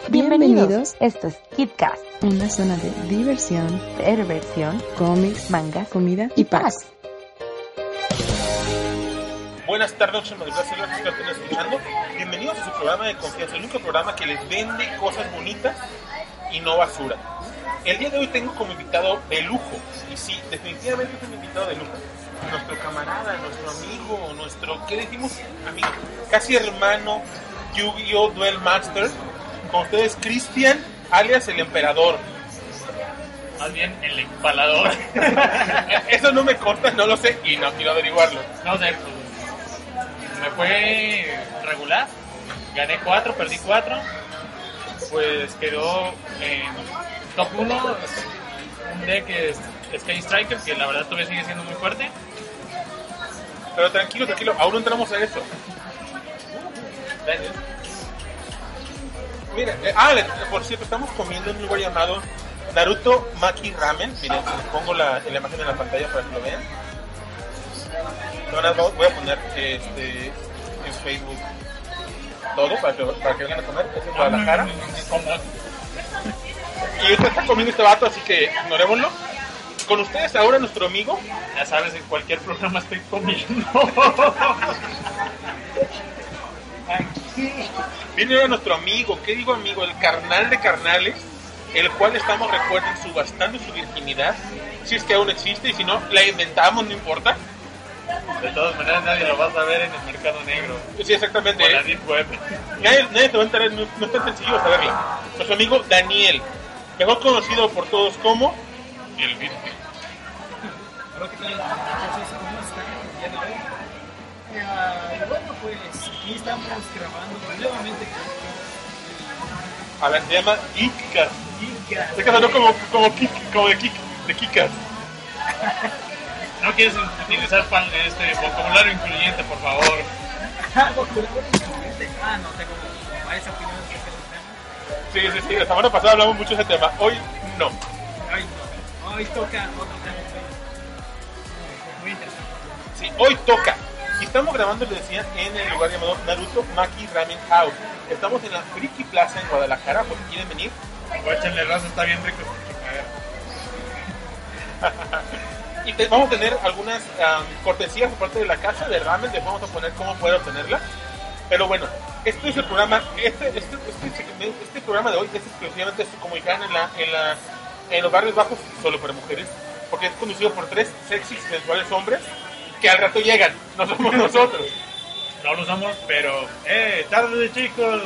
Bienvenidos. Esto es KidCast, Una zona de diversión, perversión, cómics, mangas, comida y paz. Buenas tardes, muchas gracias a los que están escuchando. Bienvenidos a su programa de confianza, el único programa que les vende cosas bonitas y no basura. El día de hoy tengo como invitado de lujo, y sí, definitivamente es un invitado de lujo. Nuestro camarada, nuestro amigo, ¿qué decimos? Amigo, casi hermano, Yu-Gi-Oh! Duel Master. Con ustedes, Cristian, alias el Emperador. Más bien el empalador. Eso no me consta, no lo sé y no quiero averiguarlo. No sé, pues, me fue regular. Gané 4, perdí 4. Pues quedó en top 1 un deck que es Sky Striker, que la verdad todavía sigue siendo muy fuerte. Pero tranquilo, aún no entramos a eso. Mira, por cierto, estamos comiendo en un lugar llamado Naruto Maki Ramen. Miren, les pongo la imagen en la pantalla para que lo vean. Voy a poner en Facebook todo para que vengan a comer. Este es Guadalajara. Y ahorita está comiendo este vato, así que ignorémoslo. Con ustedes ahora nuestro amigo. Ya sabes, en cualquier programa estoy comiendo. Viene ahora nuestro amigo, ¿qué digo amigo? El carnal de carnales, el cual estamos, recuerden, subastando su virginidad, si es que aún existe, y si no, la inventamos, no importa. De todas maneras nadie lo va a saber en el mercado negro. Sí, exactamente. O en la deep web. Nadie te va a enterar, no es tan sencillo saberlo. Nuestro amigo Daniel, mejor conocido por todos como el Virgen. Hola, ¿qué tal? Entonces, ¿cómo están el día de hoy? Bueno, pues aquí estamos grabando nuevamente. A ver, se llama Kikas. Kikas. Se casó como de Kikas. No quieres utilizar vocabulario incluyente, por favor. Vocabulario incluyente. No tengo varias opiniones acerca del tema. Sí, la semana pasada hablamos mucho de ese tema, hoy no. Hoy toca otro tema muy interesante. Sí, hoy toca. Y estamos grabando, les decía, en el lugar llamado Naruto Maki Ramen House. Estamos en la Friki Plaza en Guadalajara, por si quieren venir. Échenle raza, está bien rico. Y vamos a tener algunas cortesías por parte de la casa de ramen. Les vamos a poner cómo poder obtenerla. Pero bueno, este es el programa. Este programa de hoy es exclusivamente, como dijeron, en los barrios bajos, solo para mujeres. Porque es conducido por 3 sexy sensuales hombres que al rato llegan, no somos nosotros. No lo somos, pero tarde chicos,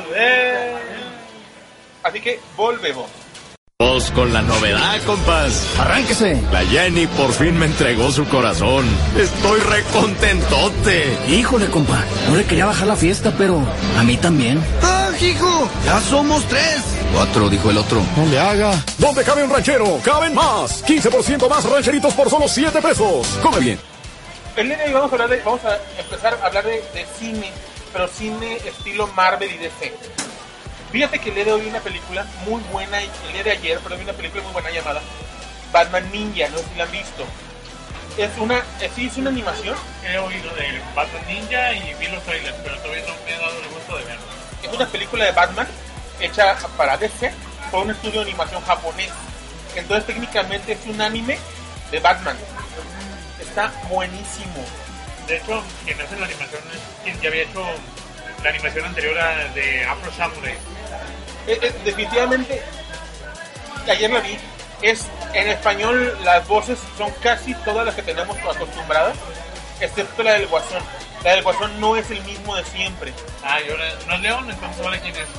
Así que volvemos. Vos con la novedad, compas. ¡Arránquese! La Jenny por fin me entregó su corazón. Estoy recontentote. Híjole, compa, no le quería bajar la fiesta, pero a mí también. ¡Ah, hijo! ¡Ya somos 3! 4, dijo el otro. No le haga. ¿Dónde cabe un ranchero? ¡Caben más! 15% más rancheritos por solo 7 pesos. Come bien. El día de hoy vamos a empezar a hablar de cine, pero cine estilo Marvel y DC. Fíjate que el día de hoy vi una película muy buena, el día de ayer, pero vi una película muy buena llamada Batman Ninja, no sé si la han visto. Es una animación. He oído de Batman Ninja y vi los trailers, pero todavía no me he dado el gusto de verlo. Es una película de Batman hecha para DC por un estudio de animación japonés. Entonces técnicamente es un anime de Batman. Está buenísimo. De hecho, quien hace la animación es quien ya había hecho la animación anterior de Afro Samurai. Definitivamente, ayer la vi. En español las voces son casi todas las que tenemos acostumbradas, excepto la del Guasón. La del Guasón no es el mismo de siempre. Y ahora no es León, entonces ahora quién es.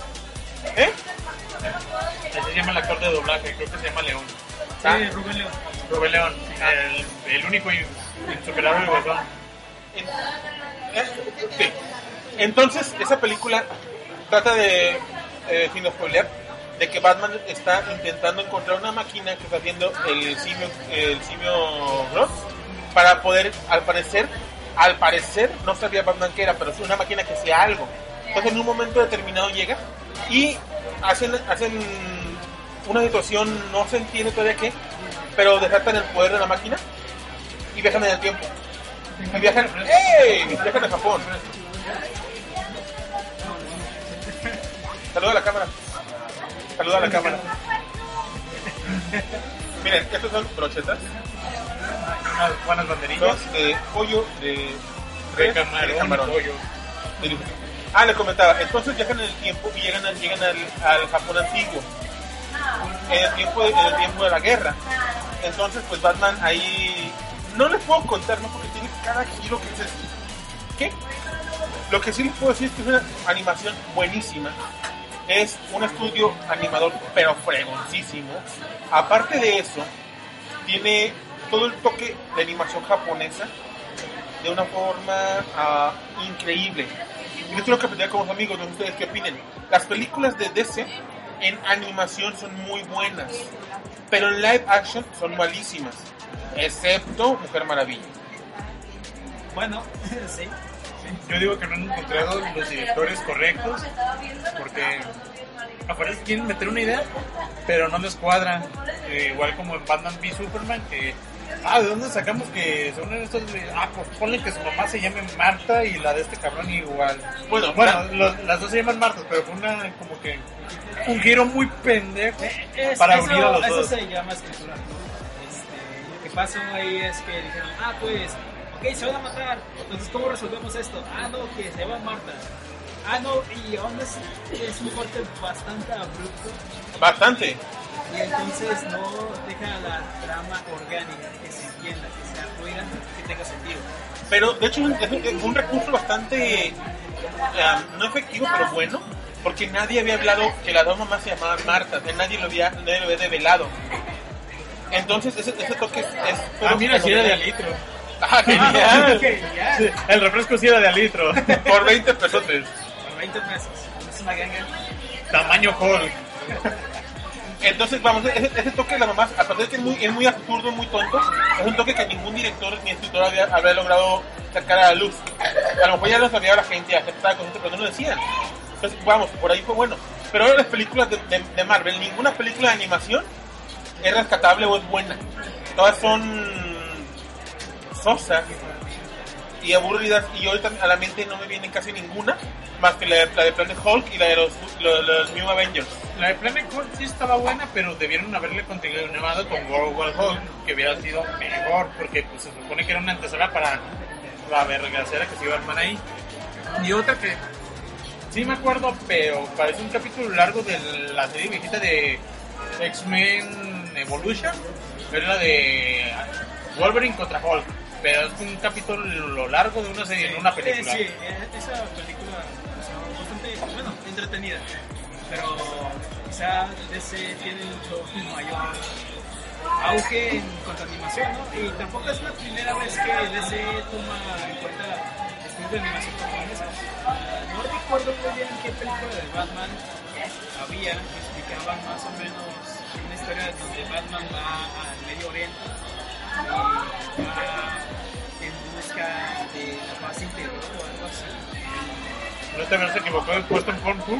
Ese se llama el actor de doblaje, creo que se llama León. Sí, Rubén León. Rubén León, el único insuperable Guasón. Sí. Entonces, esa película trata de, sin spoiler, de que Batman está intentando encontrar una máquina que está haciendo el simio Gross para poder, al parecer, no sabía Batman qué era, pero es una máquina que sea algo. Entonces, en un momento determinado llega y hacen una situación, no se entiende todavía qué, pero desatan el poder de la máquina y viajan en el tiempo. Y viajan a Japón. Saluda a la cámara. Saluda a la cámara. Miren, estos son brochetas. Unas buenas banderillas. Son de pollo de camarón. Pollo. Le comentaba, entonces viajan en el tiempo y llegan al Japón antiguo, en el tiempo de la guerra. Entonces pues Batman ahí, no les puedo contar, ¿no? Porque tiene cada giro que dices, ¿qué? Lo que sí les puedo decir es que es una animación buenísima, es un estudio animador pero fregoncísimo. Aparte de eso, tiene todo el toque de animación japonesa de una forma increíble. Y esto es lo que aprendí con los amigos, no sé ustedes qué opinen. Las películas de DC en animación son muy buenas, pero en live action son malísimas, excepto Mujer Maravilla. Bueno, sí. Yo digo que no han encontrado los directores correctos, porque aparece quieren meter una idea, pero no les cuadra. Igual como en Batman v Superman, que ¿de dónde sacamos que según estos? Pues ponle que su mamá se llame Marta y la de este cabrón igual. Bueno, las dos se llaman Martas, pero fue como que un giro muy pendejo para unir a los dos. Eso se llama escritura. Lo que pasó ahí es que dijeron, pues, ok, se van a matar, entonces ¿cómo resolvemos esto? No, que se llama Marta. No, y aún es un corte bastante abrupto. Bastante. Y entonces no deja la trama orgánica, que se entienda, que sea fluida, que tenga sentido. Pero de hecho es un recurso bastante no efectivo, pero bueno, porque nadie había hablado que las dos mamás se llamaban Marta, nadie lo había develado. Entonces ese toque es mira, si era de alitro. Genial. Sí, el refresco sí era de alitro. Por 20 pesos. Por 20 pesos. Es una ganga. Tamaño Hulk. Entonces, vamos, ese toque de la mamá, a pesar de que es muy absurdo, muy tonto, es un toque que ningún director ni escritor había logrado sacar a la luz. A lo mejor ya lo sabía la gente, aceptaba con esto, pero no lo decían. Entonces, vamos, por ahí fue bueno. Pero ahora las películas de Marvel, ninguna película de animación es rescatable o es buena. Todas son sosas y aburridas, y ahorita a la mente no me viene casi ninguna más que la de Planet Hulk y la de los New Avengers. La de Planet Hulk sí estaba buena, pero debieron haberle continuado con World Hulk, que hubiera sido mejor, porque pues, se supone que era una antesala para la vergacera que se iba a armar ahí. Y otra que sí me acuerdo, pero parece un capítulo largo de la serie viejita de X-Men Evolution, era la de Wolverine contra Hulk. Pero es un capítulo largo de una serie, no una película. Sí, esa película bastante, entretenida. Pero quizá DC tiene un mayor auge en cuanto a animación, ¿no? Y tampoco es la primera vez que DC toma en cuenta estilos de animación japonesa. No recuerdo muy bien qué película de Batman había que explicaban más o menos una historia donde Batman va al Medio Oriente y va en busca de la paz interior o algo así. ¿No te habrás equivocado el puesto en Pornhub?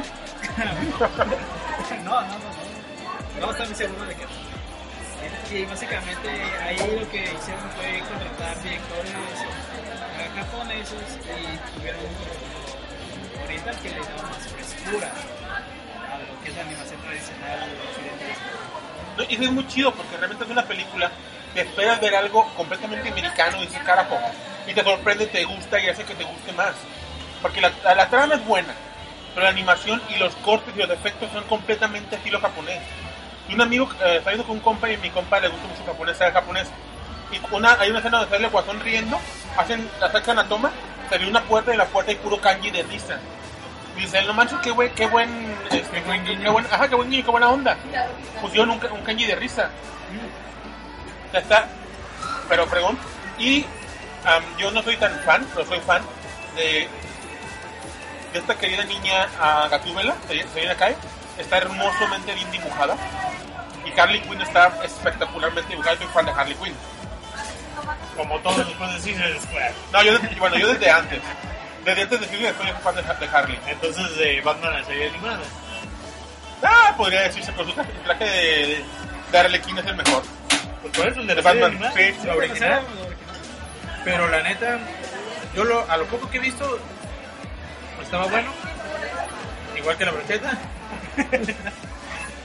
No estoy muy seguro de que no. Y básicamente ahí lo que hicieron fue contratar directores japoneses y tuvieron un oriental que le daba más frescura a lo que es la animación tradicional occidental. Y eso es muy chido porque realmente es una película que esperas ver algo completamente americano y dices, carajo, y te sorprende, te gusta y hace que te guste más. Porque la trama es buena, pero la animación y los cortes y los efectos son completamente estilo japonés. Y un amigo está viendo con un compa y mi compa le gusta mucho japonés, sabe japonés. Y hay una escena donde sale el guasón riendo, sacan la toma, se ve una puerta y en la puerta hay puro kanji de risa. Y dice, no manches, qué buen guiño, qué buena onda. Pusieron un kanji de risa. Ya está, pero fregón. Y yo no soy tan fan, pero soy fan de esta querida niña Gatúbela, Selina Kyle. Está hermosamente bien dibujada. Y Harley Quinn está espectacularmente dibujada. Soy fan de Harley Quinn. Como todos después de Suicide Squad. No, yo desde antes. Desde antes de Suicide Squad soy fan de Harley. Entonces de Batman la serie animada. Podría decirse, pero su traje de Harley Quinn es el mejor. Pues por eso el de Batman. Sí, la original. Pero la neta, yo a lo poco que he visto, estaba bueno. Igual que la brocheta.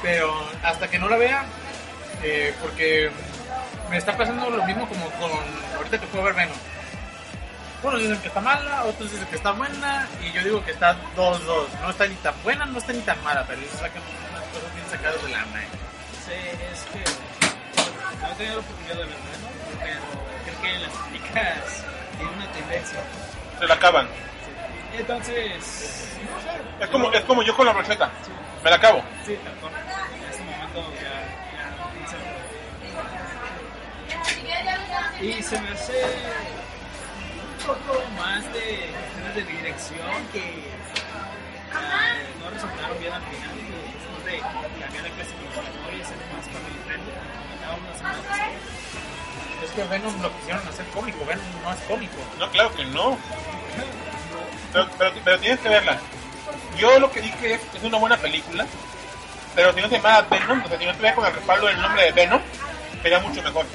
pero hasta que no la vea, porque me está pasando lo mismo como con ahorita que puedo ver Venom. Unos dicen que está mala, otros dicen que está buena, y yo digo que está 2-2. No está ni tan buena, no está ni tan mala, pero ellos sacan unas cosas bien sacadas de la mano. Sí, es que no he tenido la oportunidad de verlo, ¿no? Pero creo que las críticas tienen una tendencia. Se la acaban. Sí. Entonces, Es como yo con la receta. Me la acabo. sí, tal cual. En este momento ya y se me hace un poco más de cuestiones de dirección que no resultaron bien al final, después de cambiar la clasificación y hacer más family friendly, como comentábamos la semana pasada. Es que Venom lo quisieron hacer cómico, Venom no es cómico. No, claro que no. Pero tienes que verla. Yo lo que dije es una buena película, pero si no se llamara Venom, o sea, si no estuviera con el respaldo del nombre de Venom, sería mucho mejor.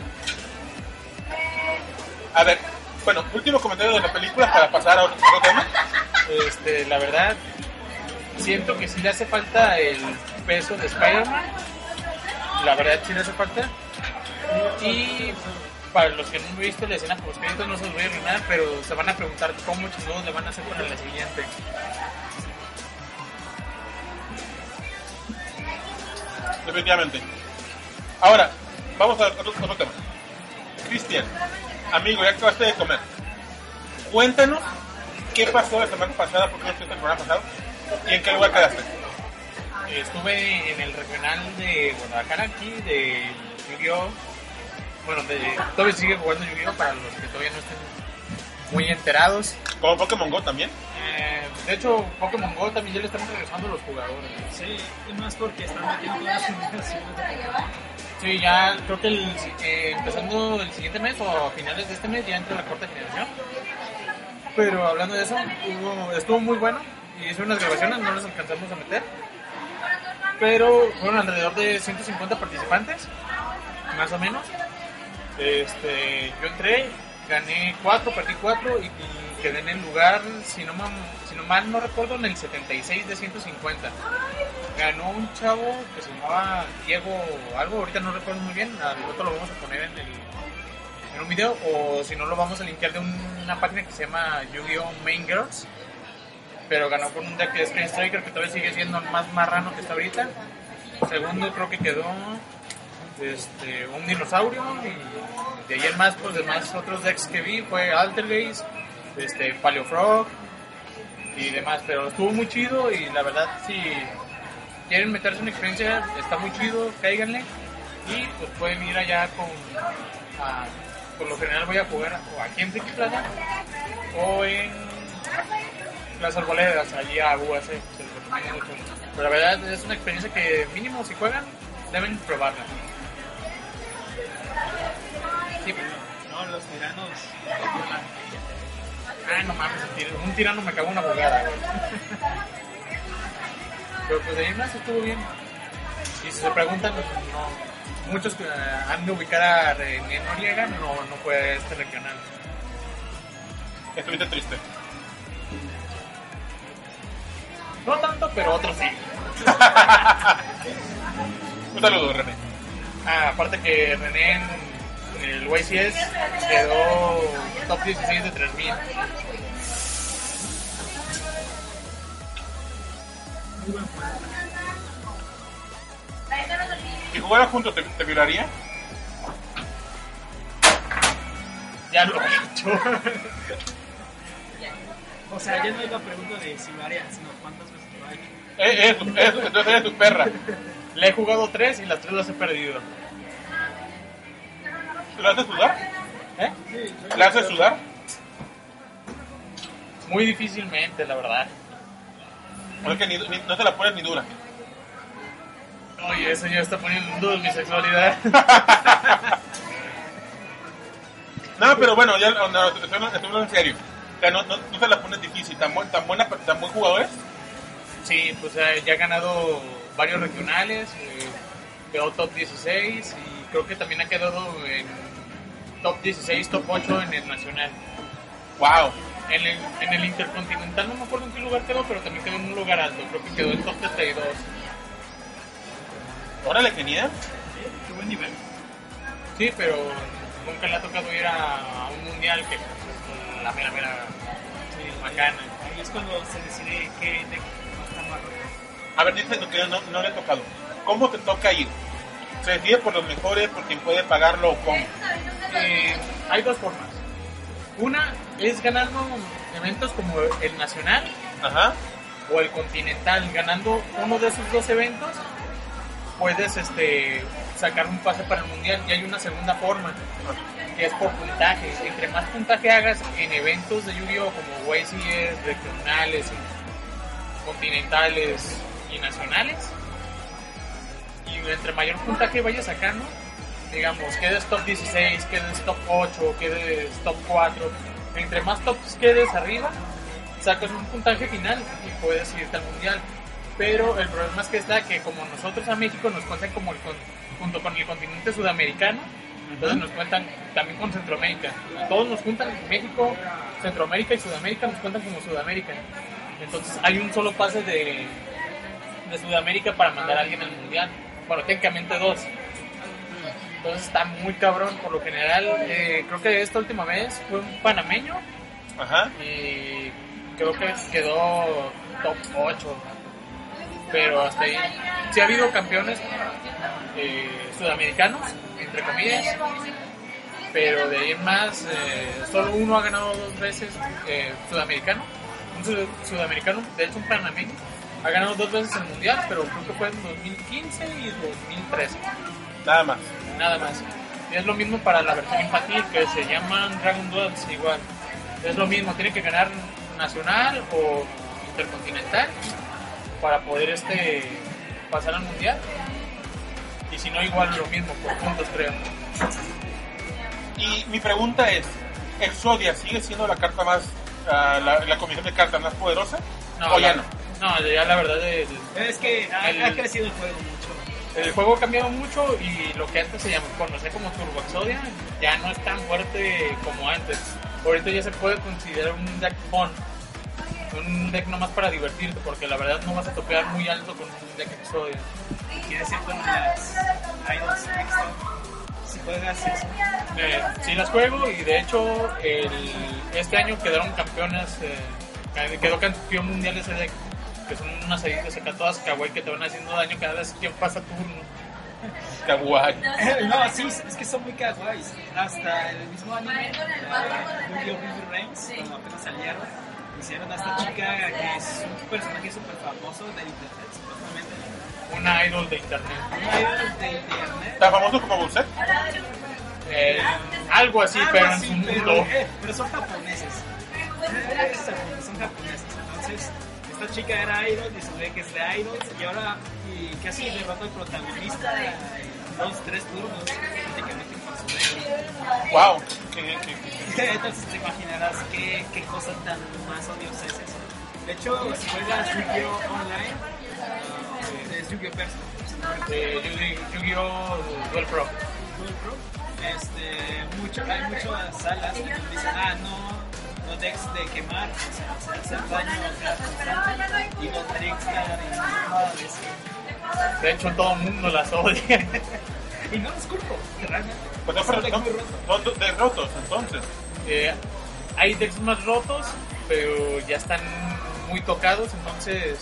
A ver, bueno, último comentario de la película para pasar a otro tema. La verdad, siento que sí le hace falta el peso de Spider-Man. La verdad sí le hace falta. Y para los que no han visto la escena post créditos, no se los voy a arruinar, pero se van a preguntar cómo chingados le van a hacer para la siguiente. Definitivamente. Ahora, vamos a otro tema. Cristian, amigo, ya acabaste de comer. Cuéntanos qué pasó la semana pasada, porque no estuviste el programa pasado, y en qué lugar quedaste. Estuve en el regional de Guadalajara, aquí, de Yu-Gi-Oh! Bueno, todavía sigue jugando Yu-Gi-Oh! Para los que todavía no estén muy enterados. ¿Como Pokémon GO también? De hecho, Pokémon GO también ya le están regresando a los jugadores. Sí, y más porque están metiendo todas las generaciones de Pokémon. Sí, ya creo que empezando el siguiente mes o a finales de este mes ya entra la cuarta generación. Pero hablando de eso, estuvo muy bueno. Hice unas grabaciones, no las alcanzamos a meter. Pero fueron alrededor de 150 participantes, más o menos. Yo entré, gané 4, perdí 4 y quedé en el lugar, si no mal no recuerdo, en el 76 de 150. Ganó un chavo que se llamaba Diego algo, ahorita no recuerdo muy bien, al otro lo vamos a poner en un video, o si no lo vamos a linkear de una página que se llama Yu-Gi-Oh! Main Girls. Pero ganó con un deck de Screen Striker que todavía sigue siendo el más marrano que está ahorita. Segundo creo que quedó un dinosaurio, y de ahí en más, pues demás otros decks que vi fue Altergeist, Paleo Frog y demás, pero estuvo muy chido. Y la verdad, si quieren meterse en una experiencia, está muy chido, cáiganle. Y pues pueden ir allá por lo general voy a jugar o aquí en Friki Plaza o en las Arboledas, allí a UAC, se les recomiendo mucho. Pero la verdad es una experiencia que mínimo si juegan deben probarla. Sí. No, los tiranos. No mames, un tirano me cagó una jugada, güey. Pero pues de ahí más estuvo bien. Y si se preguntan, no, muchos han de ubicar a René Noriega, no fue a este regional. Estuviste triste. No tanto, pero otros sí. Un saludo, René. Aparte que René en el YCS quedó top 16 de 3000. Si jugaras juntos, ¿te violaría? Ya lo he hecho. O sea, ya no hay la pregunta de si lo haría, sino cuántas veces lo ha hecho. Entonces eres tu perra. Le he jugado 3 y las 3 las he perdido. ¿La haces sudar? Sí, ¿La haces sudar? Muy difícilmente, la verdad. Porque no se la pones ni dura. Oye, eso ya está poniendo en duda mi sexualidad. No, pero bueno, ya estoy hablando en serio. O sea, no se la pones difícil. Tan buen jugadores. Sí, pues ya ha ganado varios regionales, quedó top 16 y creo que también ha quedado en top 16, top 8 en el nacional. Wow. En el intercontinental no me acuerdo en qué lugar quedó, pero también quedó en un lugar alto, creo que quedó en top 32. Órale, genial. Qué buen nivel. Sí, pero nunca le ha tocado ir a un mundial que es la mera macana. Ahí es cuando se decide qué deck va a estar más roto. A ver, dice que no le ha tocado. ¿Cómo te toca ir? ¿Se decide por los mejores, por quien puede pagarlo o cómo? Hay dos formas. Una es ganando eventos como el nacional Ajá. o el continental. Ganando uno de esos dos eventos puedes sacar un pase para el mundial. Y hay una segunda forma que es por puntaje. Entre más puntaje hagas en eventos de Yu-Gi-Oh como WCS, regionales, continentales y nacionales, y entre mayor puntaje vayas sacando, digamos, quedes top 16, quedes top 8, quedes top 4, entre más tops quedes arriba, sacas un puntaje final y puedes irte al mundial. Pero el problema es que como nosotros a México nos cuentan como junto con el continente sudamericano, entonces nos cuentan también con Centroamérica. Todos nos juntan, México, Centroamérica y Sudamérica nos cuentan como Sudamérica. Entonces hay un solo pase de Sudamérica para mandar a alguien al mundial. Bueno, técnicamente dos. Entonces está muy cabrón. Por lo general, creo que esta última vez fue un panameño. Ajá. Y creo que quedó top 8. Pero hasta ahí. Sí ha habido campeones sudamericanos, entre comillas. Pero de ahí en más, solo uno ha ganado 2 veces sudamericano. Un sudamericano, de hecho un panameño, ha ganado 2 veces el mundial, pero creo que fue en 2015 y 2013. Nada más. Nada más. Y es lo mismo para la versión infantil, que se llaman Dragon Duels igual. Es lo mismo, tiene que ganar nacional o intercontinental para poder pasar al mundial. Y si no, igual lo mismo, por puntos creo. Y mi pregunta es, ¿Exodia sigue siendo la carta más, la combinación de cartas más poderosa? No, ¿O ya no? No, ya la verdad Es que ha crecido el juego mucho. El juego ha cambiado mucho y lo que antes se conocía como Turbo Exodia ya no es tan fuerte como antes. Ahorita ya se puede considerar un deck fun, un deck nomás para divertirte, porque la verdad no vas a topear muy alto con un deck Exodia. Quiere decir con las idols extra. Si juegas eso. Sí las juego y de hecho este año quedaron campeonas, quedó campeón mundial ese deck, que son unas SK todas kawaii que te van haciendo daño cada vez que pasa turno. Kawaii. No, sí, es que son muy kawaii. Hasta el mismo anime, Yu-Gi-Oh! River Reigns, cuando apenas salieron, hicieron a esta chica que es un personaje súper famoso de internet, supuestamente. Una idol de internet. Una idol de internet. ¿Tan famoso como Bulset? Algo así, pero en su mundo. Pero son japoneses. Son japoneses. Entonces, esta chica era idol y se ve que es de idols. Y ahora, casi derrotó al protagonista en 2-3 turnos, prácticamente con su deck. ¡Wow! Entonces te imaginarás qué cosa tan más odiosa es eso. De hecho, si juegas Yu-Gi-Oh! Online, es Yu-Gi-Oh! Personal. Yu-Gi-Oh! Duel Pro. Hay muchas salas que te dicen, no decks de quemar, o sea, hacer daño constante y no trickstar y nada de eso. De hecho, todo el mundo las odia. Y no los culpo, realmente. Pues no, pero son de rotos, entonces. Hay decks más rotos, pero ya están muy tocados, entonces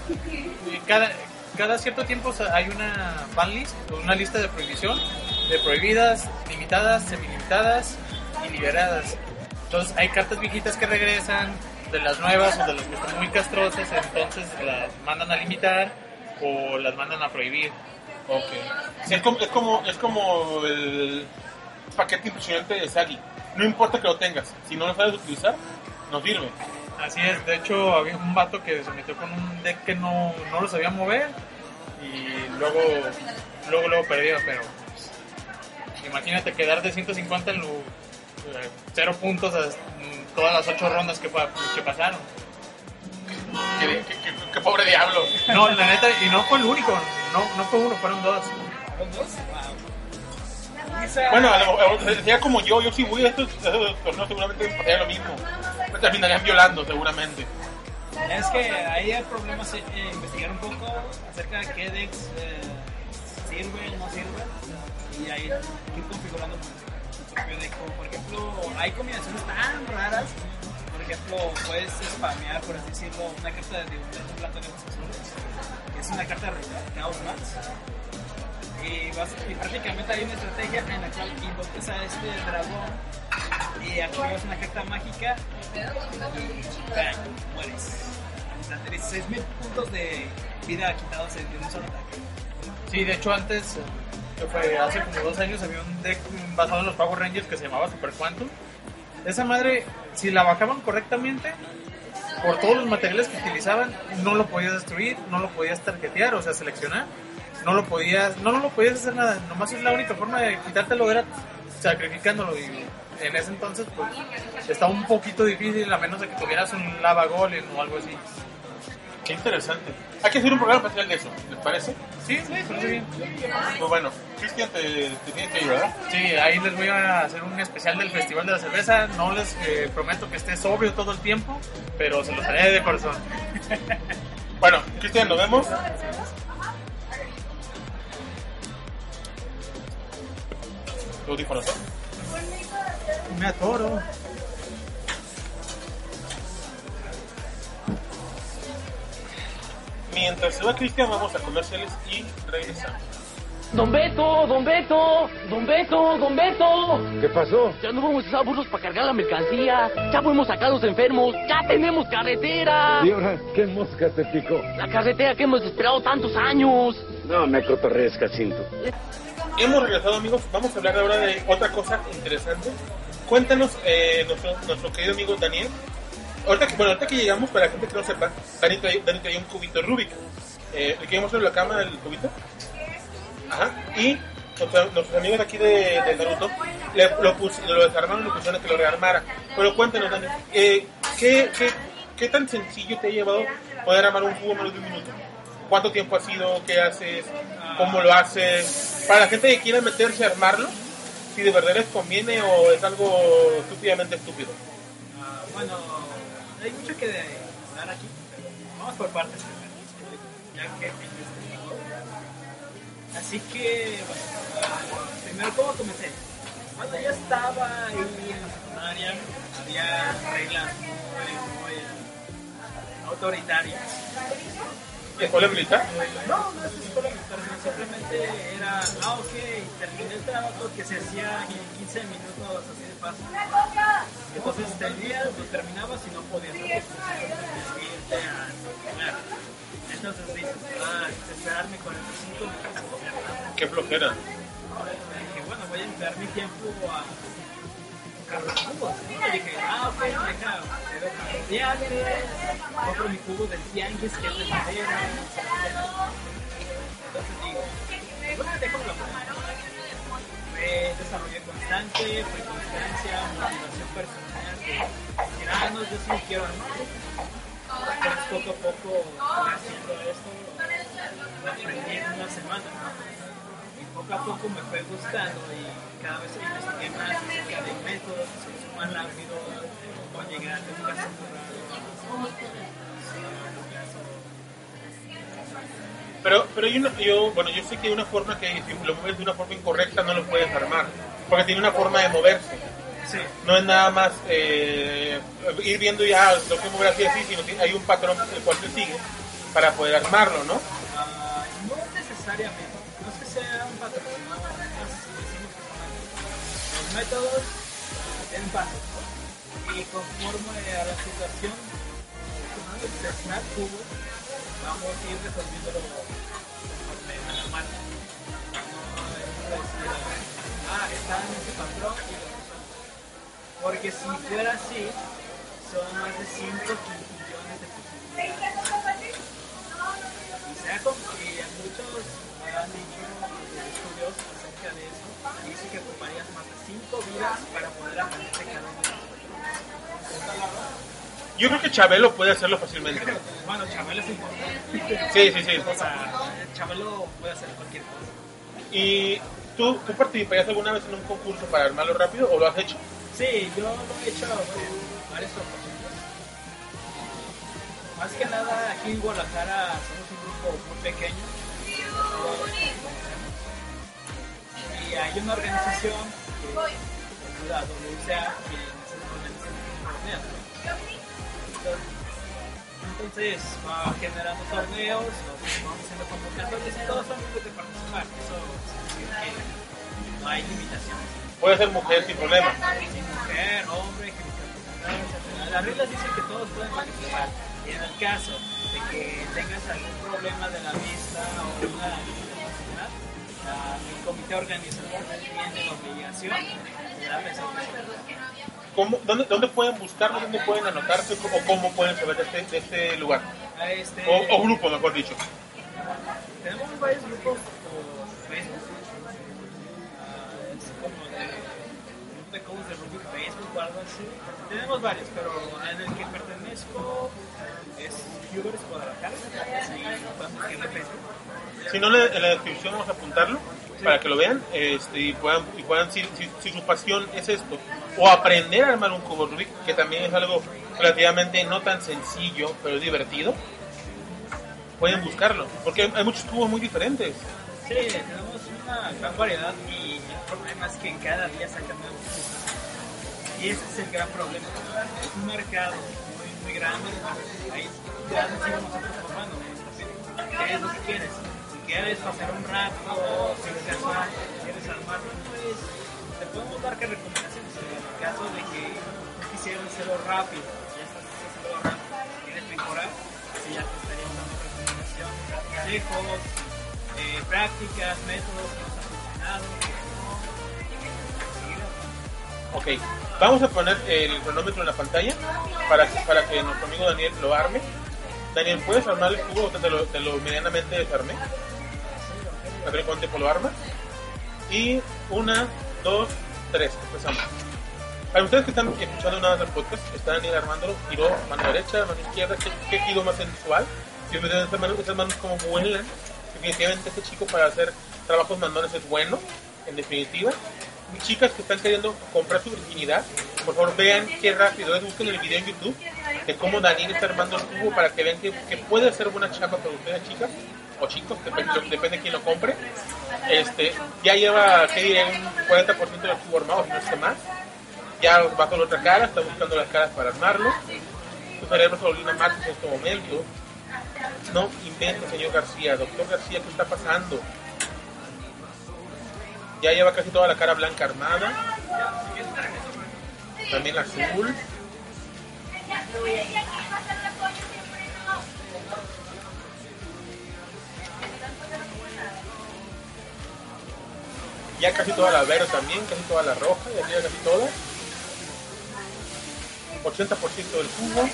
cada cierto tiempo hay una ban list, una lista de prohibición, de prohibidas, limitadas, semilimitadas y liberadas. Entonces hay cartas viejitas que regresan, de las nuevas o de las que están muy castrosas, entonces las mandan a limitar o las mandan a prohibir. Okay. Sí, es como el paquete impresionante de Sagi. No importa que lo tengas, si no lo sabes utilizar, no sirve. Así es, de hecho había un vato que se metió con un deck que no lo sabía mover y luego perdió, pero pues, imagínate quedar de 150 en 0 puntos todas las 8 rondas que pasaron. Qué pobre diablo. No, la neta, y no fue el único, no fue uno, fueron 2. ¿Fueron 2? Bueno, a lo mejor sería como yo si voy a estos torneos seguramente pasaría lo mismo. Me terminarían violando seguramente. Es que ahí el problema es investigar un poco acerca de qué decks sirve o no sirve y ahí ir configurando tu propio deck. Como por ejemplo, hay combinaciones tan raras. Por ejemplo, puedes spamear, por así decirlo, una carta de un plato de azules, que es una carta de Chaos Mats. Y prácticamente hay una estrategia en la cual invocas a este dragón y activas una carta mágica y ¡bang! Mueres. O sea, 16,000 puntos de vida quitados de un solo ataque. Sí, de hecho antes, que fue hace como 2 años, había un deck basado en los Power Rangers que se llamaba Super Quantum. Esa madre, si la bajaban correctamente, por todos los materiales que utilizaban, no lo podías destruir, no lo podías tarjetear, o sea, seleccionar. No lo podías hacer nada, nomás es la única forma de quitártelo era sacrificándolo y en ese entonces pues estaba un poquito difícil a menos de que tuvieras un lava golem o algo así. Qué interesante. Hay que hacer un programa especial de eso, ¿les parece? Sí, parece bien. Pues bueno, Cristian te tiene que ir, ¿verdad? Sí, ahí les voy a hacer un especial del Festival de la Cerveza. No les prometo que esté sobrio todo el tiempo, pero se los haré de corazón. Bueno, Cristian, nos vemos. Audífonos. Me atoro. Mientras se va Cristian, vamos a comerciales y regresamos. Don Beto, Don Beto, Don Beto, Don Beto. ¿Qué pasó? Ya no vamos a usar burros para cargar la mercancía. Ya podemos sacar a los enfermos. Ya tenemos carretera. ¿Y ahora qué mosca te picó? La carretera que hemos esperado tantos años. No me cotorrees, Jacinto. Hemos regresado, amigos. Vamos a hablar ahora de otra cosa interesante. Cuéntanos, nuestro querido amigo Daniel. Ahorita que llegamos, para la gente que no sepa, Dani traía un cubito Rubik. ¿Le quería mostrar la cama del cubito? Ajá. Y nuestros amigos aquí de Naruto lo desarmaron y le pusieron a que lo rearmara. Pero cuéntanos, Dani, ¿qué tan sencillo te ha llevado poder armar un cubo en menos de un minuto? ¿Cuánto tiempo ha sido? ¿Qué haces? ¿Cómo lo haces? Para la gente que quiera meterse a armarlo, si de verdad les conviene o es algo estúpidamente estúpido. Bueno, hay mucho que hablar aquí, pero vamos por partes, ya que así que, bueno, primero, ¿cómo comencé? Cuando yo estaba ahí en la secundaria, había reglas muy autoritarias. ¿Escuela militar? No es escuela militar, sino simplemente era, ok, terminé el trabajo que se hacía en 15 minutos, así de fácil. Entonces lo terminabas y no podías irte a comer. Entonces dices, esperarme 45 minutos a comer nada. Qué flojera. Dije, bueno, voy a emplear mi tiempo a buscar los cubos, ¿no? Y dije, ok, deja, compro mi cubo del tianguis que es de madera. Entonces digo, bueno, déjame la madera. Fue desarrollo constante, fue constancia, motivación personal, que no, yo sí quiero armar. Entonces poco a poco haciendo esto, lo aprendí en una semana. Y poco a poco me fue gustando y cada vez investigué más acerca de métodos que son más rápido, cómo llegar de un caso Pero yo sé que hay una forma que si lo mueves de una forma incorrecta no lo puedes armar, porque tiene una forma de moverse. Sí. No es nada más ir viendo ya lo que mover así, sino que hay un patrón el cual se sigue para poder armarlo, ¿no? No necesariamente, no es que sea un patrón, los métodos tienen pasos y conforme a la situación de seleccionar cubos vamos a ir resolviéndolo conforme a la marcha. No es decir, está en ese patrón y lo resuelvo. Porque si fuera así, son más de 5 quintillones de posibilidades. Y muchos me han dicho estudios acerca de eso, dice que ocuparías más de 5 vidas para poder aprender cada uno de los patrones. Yo creo que Chabelo puede hacerlo fácilmente. Bueno, Chabelo es importante. Sí. O sea, Chabelo puede hacer cualquier cosa. ¿Y tú participarías alguna vez en un concurso para armarlo rápido o lo has hecho? Sí, yo lo he hecho en varias ocasiones. Más que nada aquí en Guadalajara somos un grupo muy pequeño. Y hay una organización que es la WCA que organiza torneos. Entonces va generando torneos, vamos haciendo convocatorias y todos son libres de participar. Eso significa que no hay limitaciones. Puede ser mujer sin problema. Sin mujer, hombre, etc. Las reglas dicen que todos pueden participar. Y en el caso de que tengas algún problema de la vista o una discapacidad, el comité organizador tiene la obligación de darles esa opción. ¿Dónde pueden buscarlo? ¿Dónde pueden anotarse? ¿O cómo pueden saber de este lugar? O grupo, mejor dicho. Tenemos varios grupos por Facebook. Es como de coach de Rubik Facebook o algo así. Tenemos varios, pero en el que pertenezco es Youtubers Guadalajara. Así podemos seguirle Facebook. Si no, en la descripción vamos a apuntarlo para que lo vean y puedan si su pasión es esto, o aprender a armar un cubo Rubik, que también es algo relativamente no tan sencillo, pero divertido, pueden buscarlo, porque hay muchos cubos muy diferentes. Sí, tenemos una gran variedad y el problema es que cada día sacan nuevos cubos. Y ese es el gran problema. Es un mercado muy grande. Ahí ya decimos nosotros, bueno, ¿qué es lo que quieres? Quieres pasar un rato, si casual, quieres armar, pues te podemos dar que recomendaciones en el caso de que no quisieras hacerlo rápido, ya estás haciendo rápido, quieres mejorar, así ya te estaríamos dando recomendaciones, consejos, prácticas, métodos que nos han funcionado, Ok, vamos a poner el cronómetro en la pantalla para que nuestro amigo Daniel lo arme. Daniel, ¿puedes armar el cubo? Te lo medianamente desarmé. A ver cuánto tiempo lo arma. Y 1, 2, 3, empezamos. Para ustedes que están escuchando nada del podcast, está Daniel armándolo, giró mano derecha, mano izquierda, ¿qué giro más sensual? Si me dan esas manos como vuelan, definitivamente este chico para hacer trabajos manuales es bueno, en definitiva. Chicas que están queriendo comprar su virginidad, por favor vean qué rápido es, busquen el video en YouTube de cómo Daniel está armando el cubo para que vean que puede ser buena chapa para ustedes, chicas o chicos, depende de quién lo compre. Ya lleva, ¿qué diré? Un 40% del cubo armado, si no es más. Ya va con la otra cara, está buscando las caras para armarlo. Su cerebro se volvió una máquina en este momento. No invente, señor García. Doctor García, ¿qué está pasando? Ya lleva casi toda la cara blanca armada. También la azul. Ya casi toda la verde también, casi toda la roja, ya casi toda. 80% del cubo.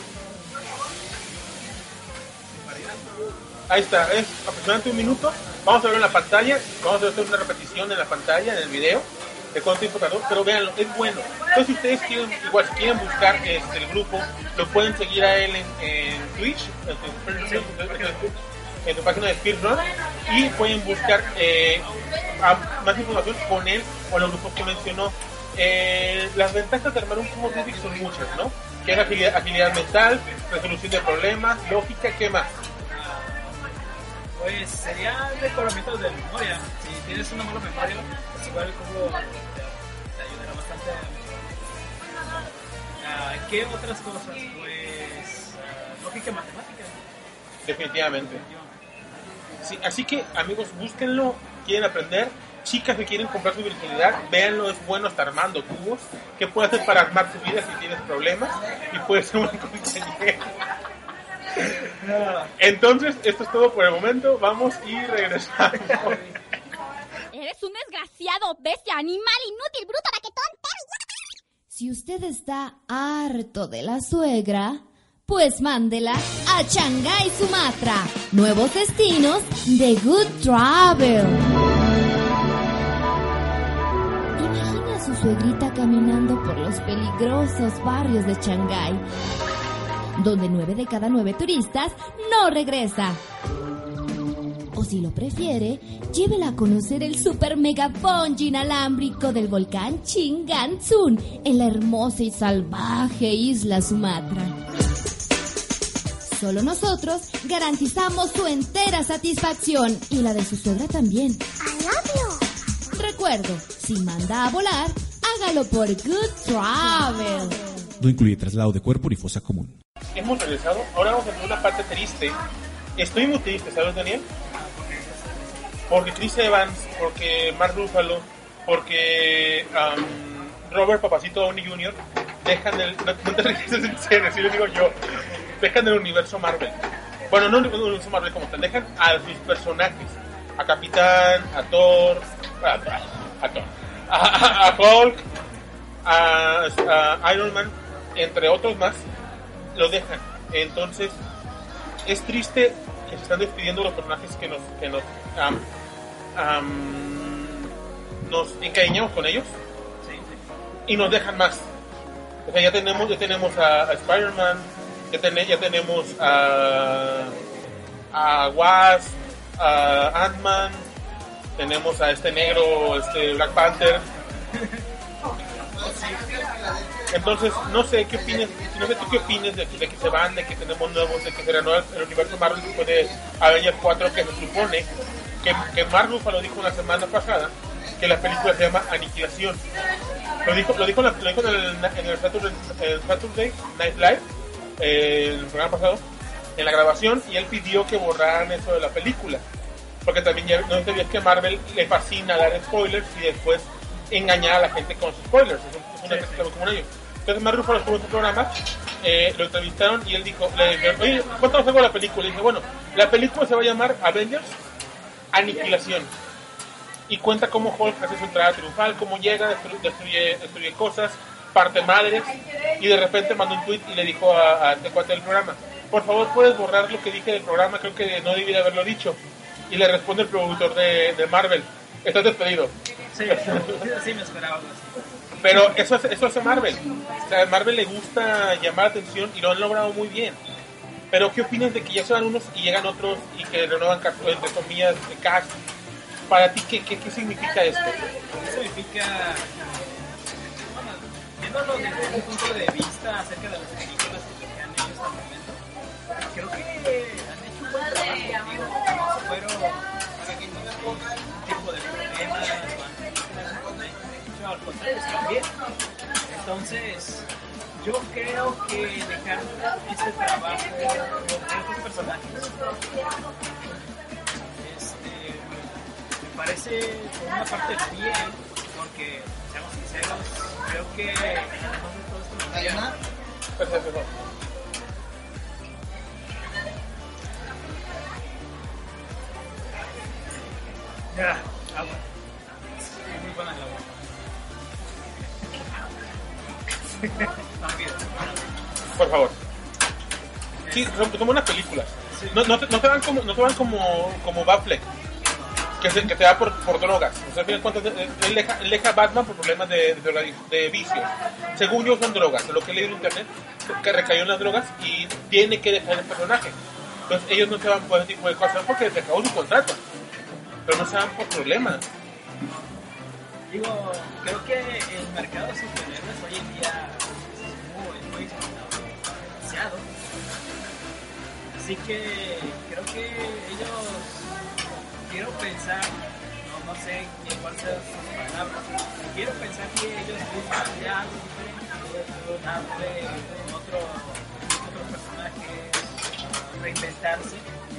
Ahí está, es aproximadamente 1 minuto. Vamos a verlo en la pantalla, vamos a hacer una repetición en la pantalla, en el video, de cuánto tiempo tardó, pero véanlo, es bueno. Entonces si ustedes quieren, igual si quieren buscar el grupo, lo pueden seguir a él en Twitch, en tu página de Speedrun, y pueden buscar más información con él o los grupos que mencionó. Las ventajas de armar un cubo Rubik son muchas, ¿no? Que es agilidad mental, resolución de problemas, lógica, ¿qué más? Pues sería el mejoramiento de memoria. Si tienes una mala memoria, pues igual el cubo te ayudará bastante a... ¿Qué otras cosas? Pues lógica y matemática. Definitivamente. Sí, así que amigos, búsquenlo, quieren aprender. Chicas que quieren comprar su virginidad, véanlo, es bueno estar armando cubos. ¿Qué puede hacer para armar tu vida si tienes problemas? Y puede ser un compañero. Entonces, esto es todo por el momento. Vamos y regresamos. Eres un desgraciado, bestia, animal, inútil, bruto, raquetón, perro. Si usted está harto de la suegra, pues mándela a Shanghái, Sumatra. Nuevos destinos de Good Travel. Imagina a su suegrita caminando por los peligrosos barrios de Shanghái, donde 9 de cada 9 turistas no regresa. O si lo prefiere, llévela a conocer el super mega bungee inalámbrico del volcán Chinganzún en la hermosa y salvaje isla Sumatra. solo nosotros garantizamos su entera satisfacción y la de su suegra también. I love you. Recuerdo, si manda a volar, hágalo por Good Travel. No incluye traslado de cuerpo ni fosa común. Hemos regresado, ahora vamos a ver una parte triste. Estoy muy triste, ¿sabes, Daniel? Porque Chris Evans, porque Mark Ruffalo, porque Robert Papacito Downey Jr. dejan el... No te ríes, en serio, si lo digo yo. Dejan el universo Marvel. Bueno, no el universo Marvel como tal, dejan a sus personajes. A Capitán, a Thor, a Hulk, a Iron Man, entre otros más, lo dejan. Entonces, es triste que se están despidiendo los personajes que nos encariñamos con ellos y nos dejan más. O sea, ya tenemos a Spider-Man, ya tenemos a Wasp, a Ant-Man, tenemos a este negro, Black Panther. Entonces, no sé qué opinas, no sé tú qué opinas de que se van, de que tenemos nuevos, de que se renueva el universo Marvel después de Avengers 4, que se supone que Mark Ruffalo dijo la semana pasada que la película se llama Aniquilación. Lo dijo en el Saturday Night Live, en el programa pasado, en la grabación, y él pidió que borraran eso de la película, porque también ya no sabías que a Marvel le fascina dar spoilers y después engañar a la gente con sus spoilers. Es una cosa que como ellos. Entonces Mark Ruffalo estuvo en su programa, lo entrevistaron y él dijo, le dijeron, oye, cuéntanos algo de la película. Y dice, bueno, la película se va a llamar Avengers Aniquilación, y cuenta cómo Hulk hace su entrada triunfal, cómo llega, destruye cosas, parte madres, y de repente mandó un tweet y le dijo a este cuate del programa, por favor, ¿puedes borrar lo que dije del programa? Creo que no debí de haberlo dicho. Y le responde el productor de Marvel, estás despedido. Sí, sí me esperaba algo así. Pero eso hace Marvel. O sea, a Marvel le gusta llamar la atención y lo han logrado muy bien. Pero ¿qué opinas de que ya se van unos y llegan otros y que renuevan, entre comillas, de cast? Para ti, ¿qué significa esto? Significa, bueno, viéndolo desde un punto de vista acerca de las películas que han hecho hasta el momento, creo que han hecho un buen trabajo. No se fueron un tipo de problemas, al contrario, están bien. Entonces, yo creo que dejar este trabajo con estos personajes me parece por una parte bien, porque seamos sinceros, creo que además de todo esto material, ya, agua, es muy buena el agua. Por favor. Sí, son buenas películas. No te van como Batfleck, que te da por drogas. O sea, al final de cuentas, él deja a Batman por problemas de vicios. Según yo, son drogas. Lo que he leído en internet, que recayó en las drogas y tiene que dejar el personaje. Entonces, ellos no se van por ese tipo de cosas porque se acabó su contrato. Pero no se van por problemas. Digo, creo que el mercado de superhéroes hoy en día es muy demasiado. Así que creo que ellos, quiero pensar, no sé cuál sea sus palabras, quiero pensar que ellos buscan ya algo diferente, darle otro personaje, reinventarse.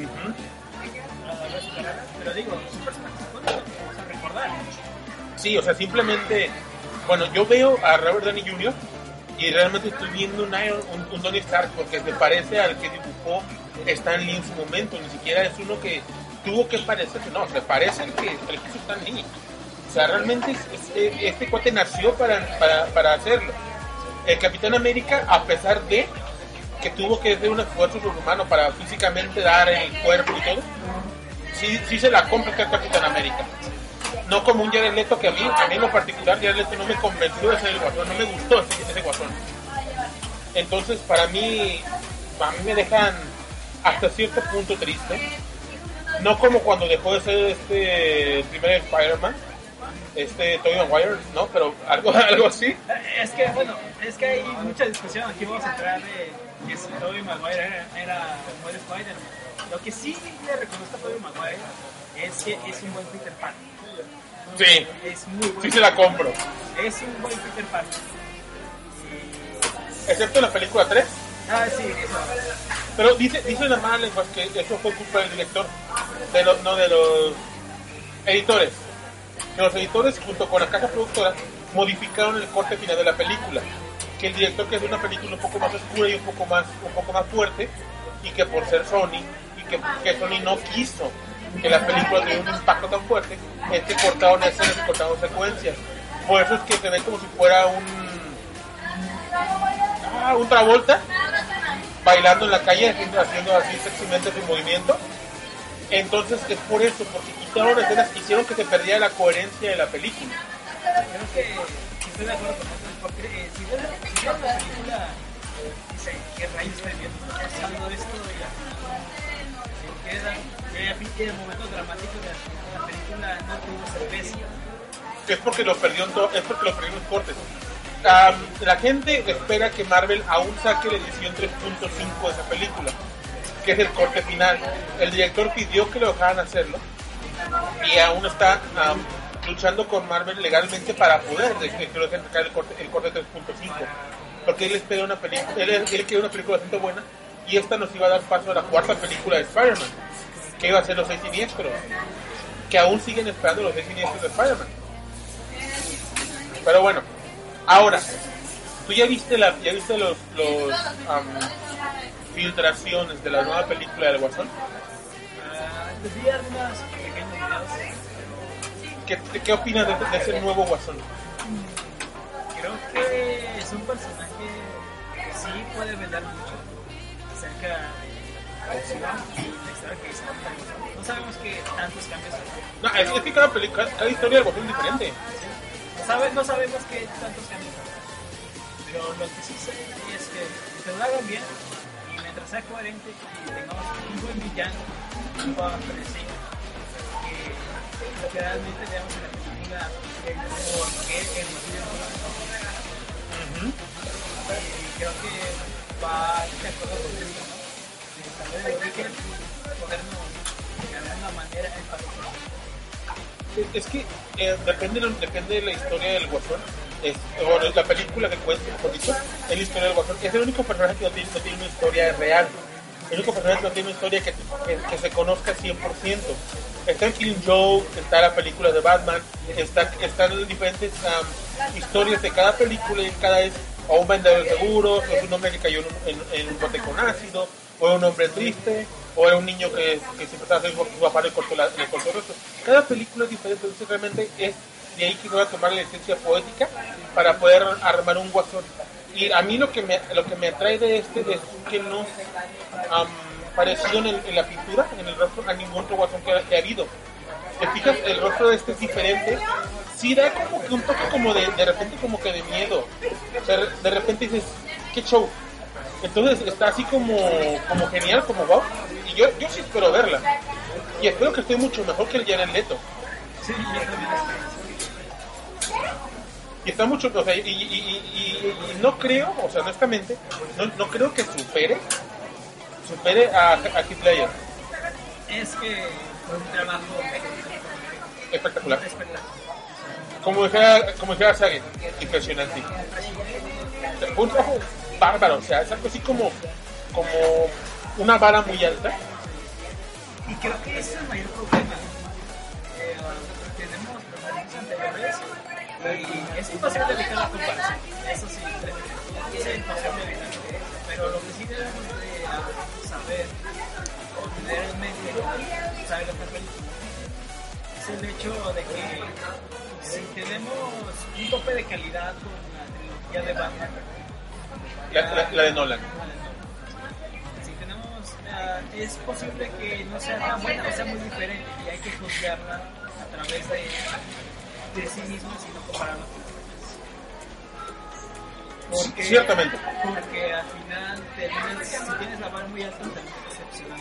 Pero digo, son personajes que vamos a recordar. Sí, o sea, simplemente, bueno, yo veo a Robert Downey Jr. y realmente estoy viendo un Tony Stark, porque se parece al que dibujó Stan Lee en su momento. Ni siquiera es uno que tuvo que parecerse, no, se parece al que hizo Stan Lee. O sea, realmente este cuate nació para hacerlo. El Capitán América, a pesar de que tuvo que hacer un esfuerzo sobrehumano para físicamente dar el cuerpo y todo, sí se la compra el Capitán América. No como un Jared Leto, que a mí en lo particular Jared Leto no me convenció de ser el Guasón, no me gustó ese Guasón. Entonces para mí me dejan hasta cierto punto triste. No como cuando dejó de ser el primer Spider-Man, Tobey Maguire, ¿no? Pero algo así. Es que, bueno, hay mucha discusión. Aquí vamos a entrar que si Tobey Maguire era un buen Spider-Man. Lo que sí le reconozco a Tobey Maguire es que es un buen Peter Parker. Sí, es muy bueno. Sí se la compro. Es un buen Peter Parker. Excepto en la película 3. Ah, sí, eso. Pero dice la mala lengua que eso fue culpa del director, de los editores. Que los editores junto con la casa productora modificaron el corte final de la película. Que el director quería una película un poco más oscura y un poco más fuerte, y que por ser Sony, y que Sony no quiso que la película tuviera un impacto tan fuerte, es que cortaron escenas y cortaron secuencias. Por eso es que se ve como si fuera un Travolta bailando en la calle, haciendo así sexymente su movimiento. Entonces es por eso, porque quitaron escenas, hicieron que se perdiera la coherencia de la película. Creo que estoy de acuerdo con eso, porque si ves la película, dice, ¿qué rayos estoy viendo? ¿Está pasando esto? Y se queda, el momento dramático de la película no tuvo cerveza. Es porque lo perdió en los cortes. La gente espera que Marvel aún saque la edición 3.5 de esa película, que es el corte final. El director pidió que lo dejaran hacerlo y aún está luchando con Marvel legalmente para poder sacar el corte 3.5, porque él espera una película, él quiere una película bastante buena, y esta nos iba a dar paso a la cuarta película de Spider-Man, que iba a ser Los Seis Siniestros, que aún siguen esperando Los Seis Siniestros de Spider-Man. Pero bueno, ahora, ¿tú ya viste los filtraciones de la nueva película del Guasón? Vi algunas pequeños videos. ¿Qué opinas de ese nuevo Guasón? Creo que es un personaje que sí puede vender mucho acerca de la acción y la historia que hizo. No sabemos qué tantos cambios hay. No, es que cada historia del Guasón es diferente. No sabemos qué tantos cambios hay. Pero lo que sí sé es que lo hagan bien y mientras sea coherente y tengamos un buen villano, un buen predecible, que lo que realmente veamos en la película por qué el motivo de y creo que va de acuerdo con eso, ¿no? Saber el origen, podernos de alguna manera empatizar. Es que depende de la historia del Guasón. O la película que cuenta, mejor dicho, es la historia del Guasón. Es el único personaje que no tiene una historia real. El único personaje que no tiene una historia que se conozca 100%. Está en Killing Joke, está la película de Batman, están diferentes historias de cada película, y cada es o un vendedor de seguros, o es un hombre que cayó en un bote con ácido, o es un hombre triste, o era un niño que siempre estaba haciendo su papá le cortó el rostro. Cada película es diferente, entonces realmente es de ahí que voy a tomar la licencia poética para poder armar un Guasón. Y a mí lo que me atrae de este es que no parecido en la pintura, en el rostro, a ningún otro Guasón que ha habido. Te fijas, el rostro de este es diferente. Sí da como que un toque como de repente como que de miedo. O sea, de repente dices, qué show. Entonces está así como genial, como wow. Y yo sí espero verla. Y espero que esté mucho mejor que el Jared Leto. Sí, y está mucho, o sea, y no creo, o sea, honestamente, no creo que supere a Heath Ledger. Es que fue un trabajo espectacular. Como dijera Sage, impresionante. Fue un trabajo bárbaro, o sea, es algo así como una vara muy alta. Y creo que ese es el mayor problema. Tenemos los anteriores y es imposible evitar la comparación. Eso sí, es imposible evitar. Pero lo que sí debemos de saber o tener en mente, saber esta película, es el hecho de que si tenemos un tope de calidad con la trilogía de Batman, la de Nolan. Si tenemos, es posible que no sea tan buena o sea muy diferente y hay que juzgarla a través de sí mismo y no compararla con otras. Ciertamente. Porque al final si tienes la vara muy alta te decepcionas.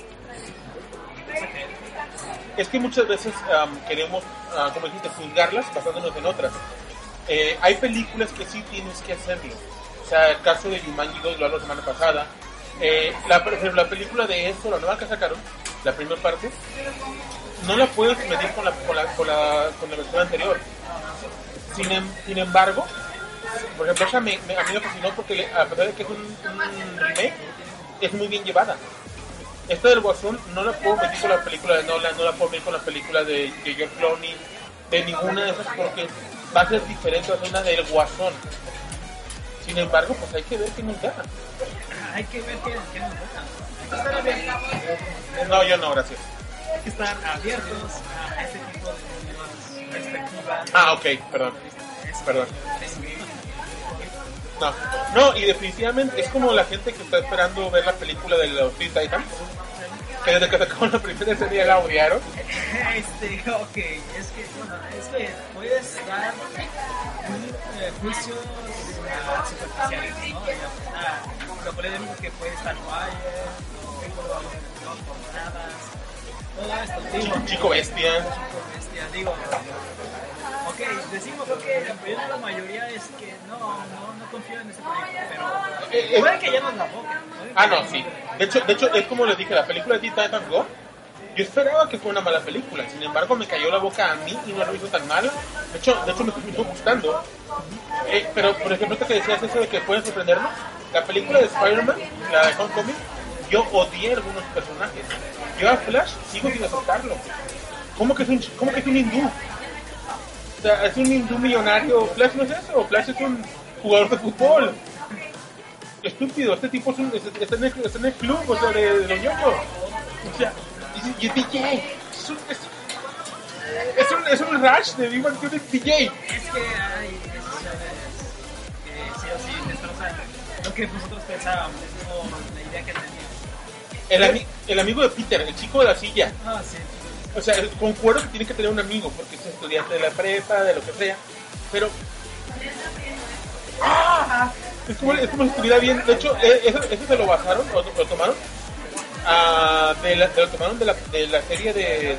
Es que muchas veces queremos, como dijiste, juzgarlas basándonos en otras. Hay películas que sí tienes que hacerlo. sea, el caso de Jumanji 2 lo habló la semana pasada. La película de esto, la nueva que sacaron, la primera parte, no la puedes medir con la versión anterior. Sin embargo, por ejemplo, esa a mí me fascinó porque a pesar de que es un remake, es muy bien llevada. Esta del Guasón no la puedo medir con la película de Nolan, no la puedo medir con la película de George Clooney, de ninguna de esas, porque va a ser diferente, va a ser una del Guasón. Sin embargo, pues hay que ver qué nos da. Hay que ver qué nos da. Hay que estar abiertos. No, yo no, gracias. Hay que estar abiertos a este tipo de nuevas perspectivas. Ah, ok, perdón. No, y definitivamente es como la gente que está esperando ver la película de los Teen Titans, que desde que sacaron la primera serie la odiaron. Ok, es que puedes dar juicios superficiales, ¿no? Lo polémico que puede estar todo esto, digo. Chico bestia, digo. Ok, decimos que la mayoría es que no confío en este proyecto, pero puede que ya nos la boca. No, sí. De hecho, es como les dije, la película de Teen Titans Go, yo esperaba que fuera una mala película, sin embargo me cayó la boca a mí y no lo hizo tan mal. De hecho me estuvo gustando. Pero, por ejemplo, que decías eso de que pueden sorprendernos, la película de Spider-Man, la de Homecoming, yo odié algunos personajes. Yo a Flash sigo sin aceptarlo. ¿Cómo que es un hindú? O sea, es un hindú millonario. Flash no es eso. Flash es un jugador de fútbol. Estúpido. Este tipo está en el club, o sea, de los ñoños. O sea, y es DJ. Es un Rush de Big Bang Theory DJ. Es que hay decisiones que sí o sí destrozan lo que nosotros pensábamos, o la idea que teníamos. El amigo de Peter, el chico de la silla. Sí. O sea, concuerdo que tiene que tener un amigo, porque es estudiante de la prepa, de lo que sea, pero... Es como si estuviera bien. De hecho, eso se lo basaron, o lo tomaron, lo tomaron de la serie de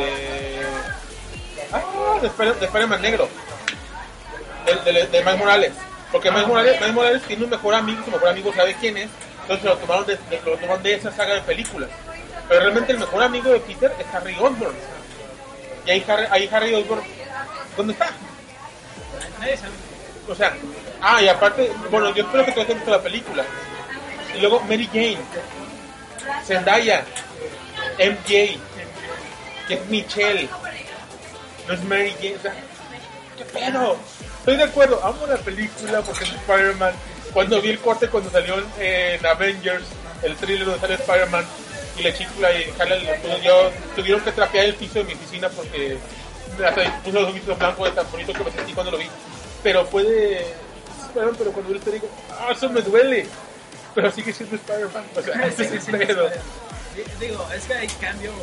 Spider-Man negro, de Miles Morales. Porque Miles Morales tiene un mejor amigo, su mejor amigo sabe quién es, entonces lo tomaron de esa saga de películas. Pero realmente el mejor amigo de Peter es Harry Osborn. Y ahí Harry Osborn, ¿dónde está? Nadie sabe. O sea, y aparte, bueno, yo espero que tú hayas visto la película. Y luego Mary Jane, Zendaya, MJ, que es Michelle, no es Mary Jane. O sea, ¿qué pedo? Estoy de acuerdo, amo la película porque es Spider-Man. Cuando vi el corte cuando salió en Avengers, el thriller donde sale Spider-Man, y la chica y tuvieron que trapear el piso de mi oficina porque hasta puso los ojitos blancos de tan bonito que me sentí cuando lo vi. Pero pero cuando vi te digo, eso me duele, pero sigue siendo Spider-Man. O sea, es pedo. Digo, es que hay cambios.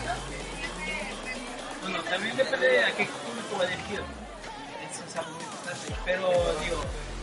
Bueno, también depende de a qué público va dirigido. Eso es algo muy importante. Pero digo,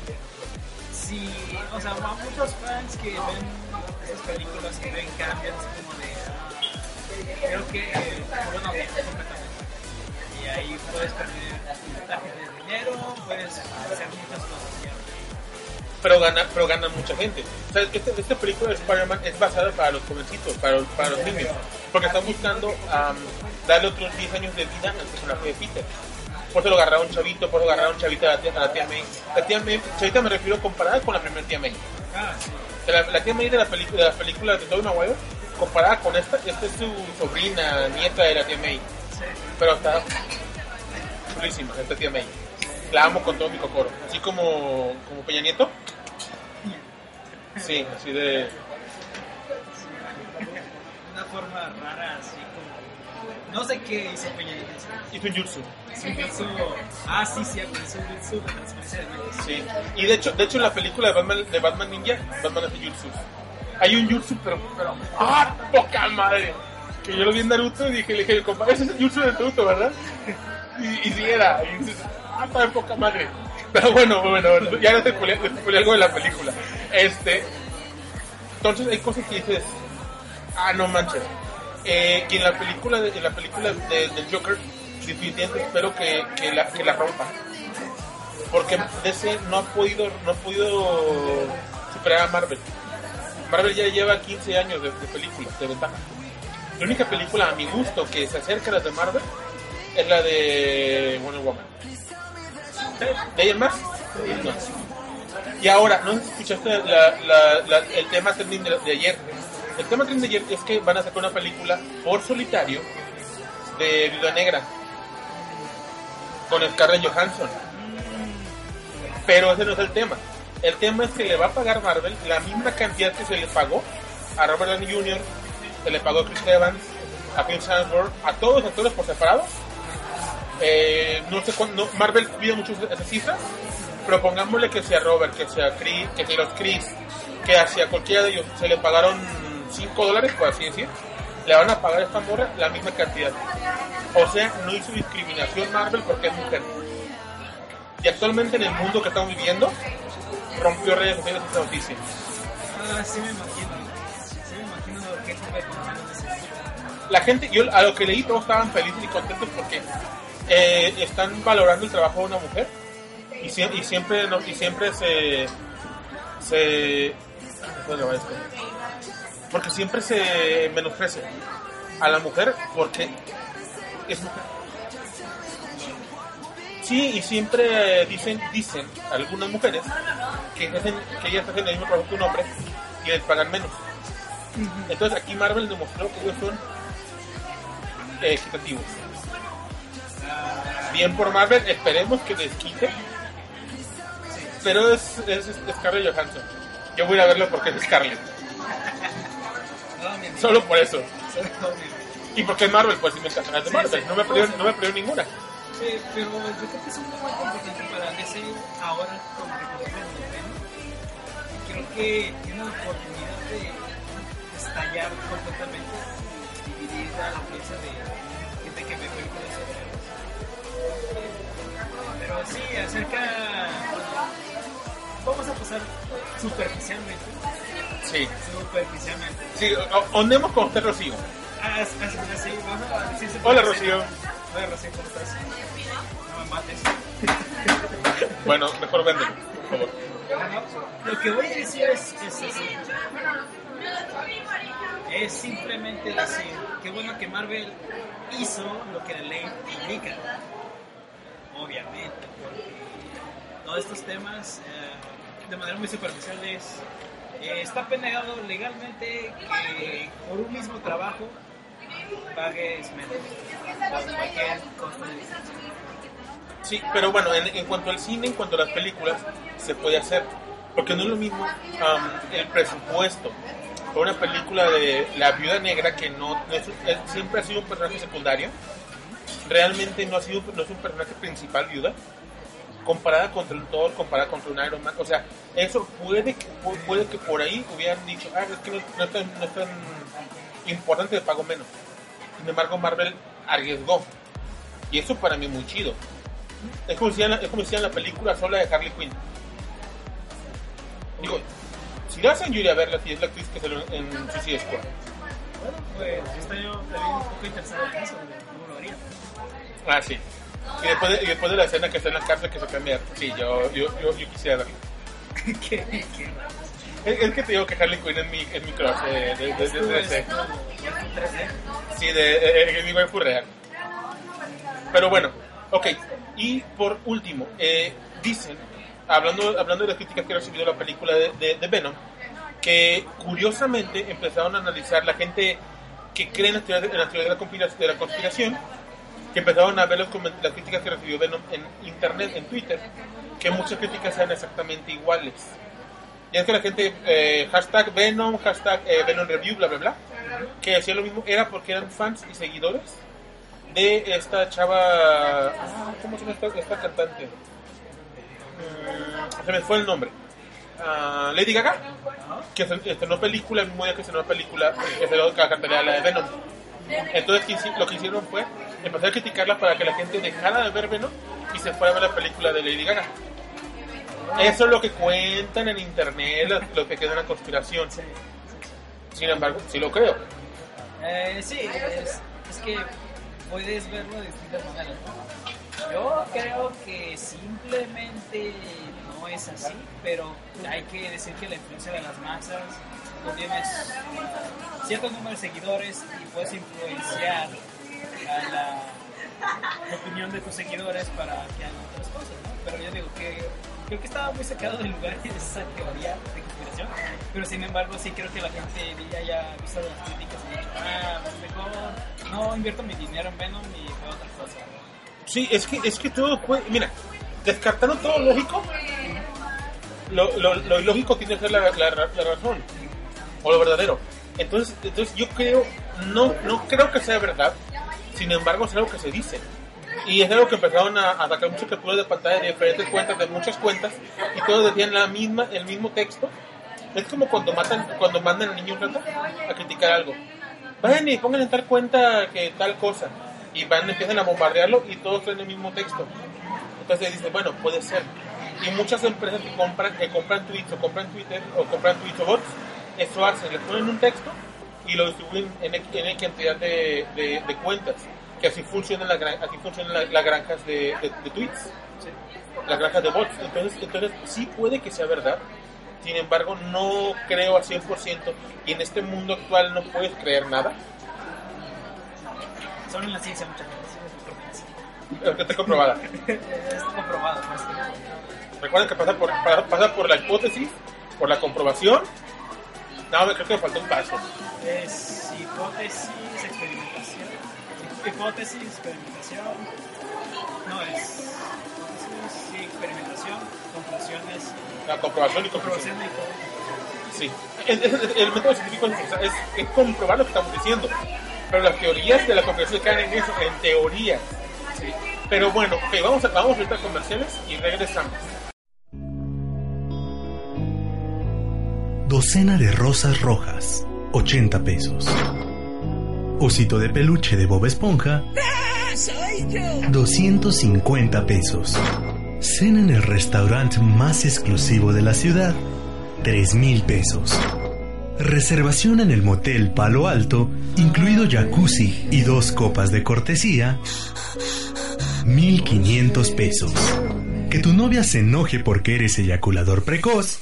o sea, muchos fans que ven esas películas, que ven cambios, como de creo que completamente. Y ahí puedes perder tarjetas de dinero, puedes hacer muchas cosas. Pero gana mucha gente. O sea, esta película de Spider-Man es basada para los jovencitos, para los niños, porque están buscando darle otros 10 años de vida al personaje de Peter. Por eso lo agarraron chavito, por eso lo agarraron chavita a la tía May. La tía May, chavita me refiero comparada con la primera tía May. La tía May de las películas de Tobey Maguire, comparada con esta es su sobrina, nieta de la tía May. Pero está chulísima esta tía May. La amo con todo mi cocoro. Así como Peña Nieto. Sí, así de... Una forma rara, así como... No sé qué hizo Peña Nieto. Hizo un jutsu. Sí, hizo un jutsu de transferencia de mentes. Sí, y de hecho en la película de Batman Ninja, Batman hace jutsu. Hay un jutsu, pero poca madre. Que yo lo vi en Naruto y le dije, compadre, ese es el jutsu de Naruto, ¿verdad? Y sí era. Y dices, está de poca madre. Pero bueno, ya no te spoilé algo de la película. Entonces hay cosas que dices, no manches. Y en la película del Joker, definitivamente espero que la rompa. porque DC no ha podido superar a Marvel. Marvel ya lleva 15 años de películas, de ventaja. La única película a mi gusto que se acerca a las de Marvel es la de Wonder Woman. ¿De ahí en más? No. Y ahora, ¿no escuchaste el tema trending de ayer? El tema trending de ayer es que van a sacar una película por solitario de Viuda Negra con Scarlett Johansson. Pero ese no es el tema. El tema es que le va a pagar Marvel la misma cantidad que se le pagó a Robert Downey Jr., se le pagó a Chris Evans, a Chris Hemsworth, a todos los actores por separado. No sé cuándo, Marvel pide mucho esa cifra, pero pongámosle que sea Robert, que sea Chris, que sea los Chris, que hacia cualquiera de ellos se le pagaron $5, por así decir, le van a pagar a esta morra la misma cantidad. O sea, no hizo discriminación Marvel porque es mujer. Y actualmente en el mundo que estamos viviendo, rompió redes sociales esta noticia. Sí me imagino qué tipo de comentarios es. La gente, yo a lo que leí, todos estaban felices y contentos porque están valorando el trabajo de una mujer y siempre porque siempre se menosprecia a la mujer porque es mujer. Sí, y siempre dicen algunas mujeres que ellas hacen el mismo trabajo que un hombre y les pagan menos. Entonces aquí Marvel demostró que ellos son equitativos. Bien por Marvel, esperemos que les quite. Pero es Scarlett Johansson. Yo voy a verlo porque es Scarlett. Solo por eso. Y porque es Marvel, pues si me encantan las de Marvel. No me perdió ninguna. Pero yo creo que es un momento importante para DC ahora como reconocimiento. Creo que tiene la oportunidad de estallar completamente, dividir a la audiencia de gente que ve películas de pero sí, acerca, vamos a pasar superficialmente. Sí. Superficialmente. Sí, ondemos con usted, Rocío. Así, vamos a decir. Hola, Rocío. Hola, Rocío, ¿cómo estás? No me mates. Bueno, mejor véndelo, por favor. Lo que voy a decir es simplemente decir que bueno que Marvel hizo lo que la ley indica. Obviamente, porque todos estos temas, de manera muy superficial, está penado legalmente que por un mismo trabajo pagues menos por cualquier costo de licencia. Sí, pero bueno, en cuanto al cine, en cuanto a las películas, se puede hacer. Porque no es lo mismo el presupuesto por una película de la Viuda Negra, que siempre ha sido un personaje secundario. Realmente no es un personaje principal, Viuda, comparada contra un Thor, comparada contra un Iron Man. O sea, eso puede que por ahí hubieran dicho, es que no es tan importante, de pago menos. Sin embargo, Marvel arriesgó. Y eso para mí es muy chido. Es como decían la película sola de Harley Quinn. Digo, si lo hacen, yo iría a verla, si es la actriz que salió en Suicide Squad. Bueno, pues yo estaría también un poco interesado en eso, ¿cómo lo haría? Ah, sí. Y después de la escena que está en la cárcel que se cambia. Sí, yo quisiera verla. ¿Qué? Es que te digo que Harley Quinn es mi crush de 3D. Sí, es mi waifu real. Pero bueno, ok. Y por último, dicen, hablando de las críticas que ha recibido la película de Venom, que curiosamente empezaron a analizar la gente que cree en las teorías de la conspiración, que empezaron a ver las críticas que recibió Venom en internet, en Twitter, que muchas críticas eran exactamente iguales. Y es que la gente, hashtag Venom, hashtag Venom Review, bla bla bla, que decía lo mismo, era porque eran fans y seguidores de esta chava, ¿cómo se llama esta cantante? Se me fue el nombre. Lady Gaga, que estrenó película el mismo día que estrenó película que se dio la de Venom. Entonces lo que hicieron fue empezar a criticarla para que la gente dejara de ver Venom y se fuera a ver la película de Lady Gaga. Eso es lo que cuentan en internet, lo que queda en la conspiración. Sin embargo, sí lo creo. Sí, es que puedes verlo de distintas maneras, ¿no? Yo creo que simplemente no es así, pero hay que decir que la influencia de las masas, tú tienes cierto número de seguidores y puedes influenciar a la opinión de tus seguidores para que hagan otras cosas, ¿no? Pero yo digo que creo que estaba muy sacado del lugar de esa teoría de conspiración, pero sin embargo sí creo que la gente ya haya visto las críticas y dicho, pues mejor no invierto mi dinero en Venom y veo otra cosa. Sí, es que todo puede... Mira, descartando todo lógico, lo ilógico tiene que ser la razón, o lo verdadero. Entonces yo creo, no creo que sea verdad, sin embargo es algo que se dice. Y es algo que empezaron a sacar muchas capturas de pantalla de diferentes cuentas, de muchas cuentas, y todos decían el mismo texto. Es como cuando mandan a niños a criticar algo. Vayan y pongan en tal cuenta que tal cosa. Y empiezan a bombardearlo y todos traen el mismo texto. Entonces dicen, bueno, puede ser. Y muchas empresas que compran tweets o compran Twitter o compran tweets o bots, eso hacen, le ponen un texto y lo distribuyen en X cantidad de cuentas. Que así funcionan las granjas de tweets, ¿sí? Las granjas de bots. Entonces sí puede que sea verdad. Sin embargo, no creo a 100%. Y en este mundo actual no puedes creer nada. Solo en la ciencia muchas veces. Es que está comprobada. Está comprobado. Pues. Recuerden que pasa por la hipótesis, por la comprobación. No, creo que me faltó un paso. Es hipótesis, experimentación. Hipótesis, experimentación. No, es hipótesis, experimentación, conclusiones. La comprobación y conclusión. Sí. El método científico es comprobar lo que estamos diciendo. Pero las teorías de la conspiración caen en eso, en teoría. ¿Sí? Pero bueno, okay, vamos ahorita a comerciales y regresamos. Docena de rosas rojas, 80 pesos. Osito de peluche de Bob Esponja, ¡soy yo! 250 pesos. Cena en el restaurante más exclusivo de la ciudad, 3,000 pesos. Reservación en el motel Palo Alto, incluido jacuzzi y 2 copas de cortesía, 1,500 pesos. Que tu novia se enoje porque eres eyaculador precoz.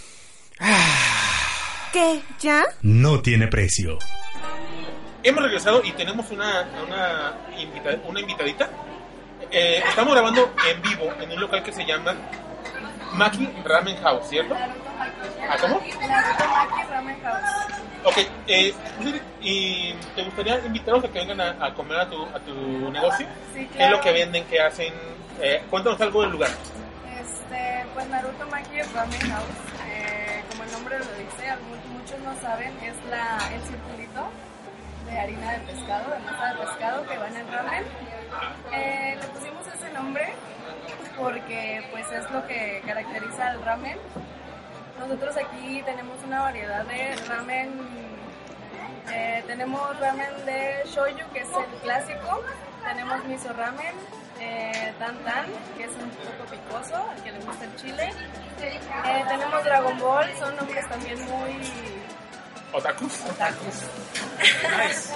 ¿Qué? ¿Ya? No tiene precio. Hemos regresado y tenemos una invitadita. Estamos grabando en vivo en un local que se llama Maki Ramen House, ¿cierto? ¿Ah, cómo? Maki Ramen House. Ok, ¿y te gustaría invitarnos a que vengan a comer a tu negocio? Sí, claro. ¿Qué es lo que venden, qué hacen? Cuéntanos algo del lugar. Pues Naruto Maki Ramen House, como el nombre lo dice, muchos no saben, es el circulito de harina de pescado, de masa de pescado que va en el ramen. Le pusimos ese nombre porque pues es lo que caracteriza al ramen. Nosotros aquí tenemos una variedad de ramen. Tenemos ramen de shoyu, que es el clásico. Tenemos miso ramen, tan tan, que es un poco picoso, al que le gusta el chile. Tenemos Dragon Ball, son nombres también muy... ¿Otakus? Nice.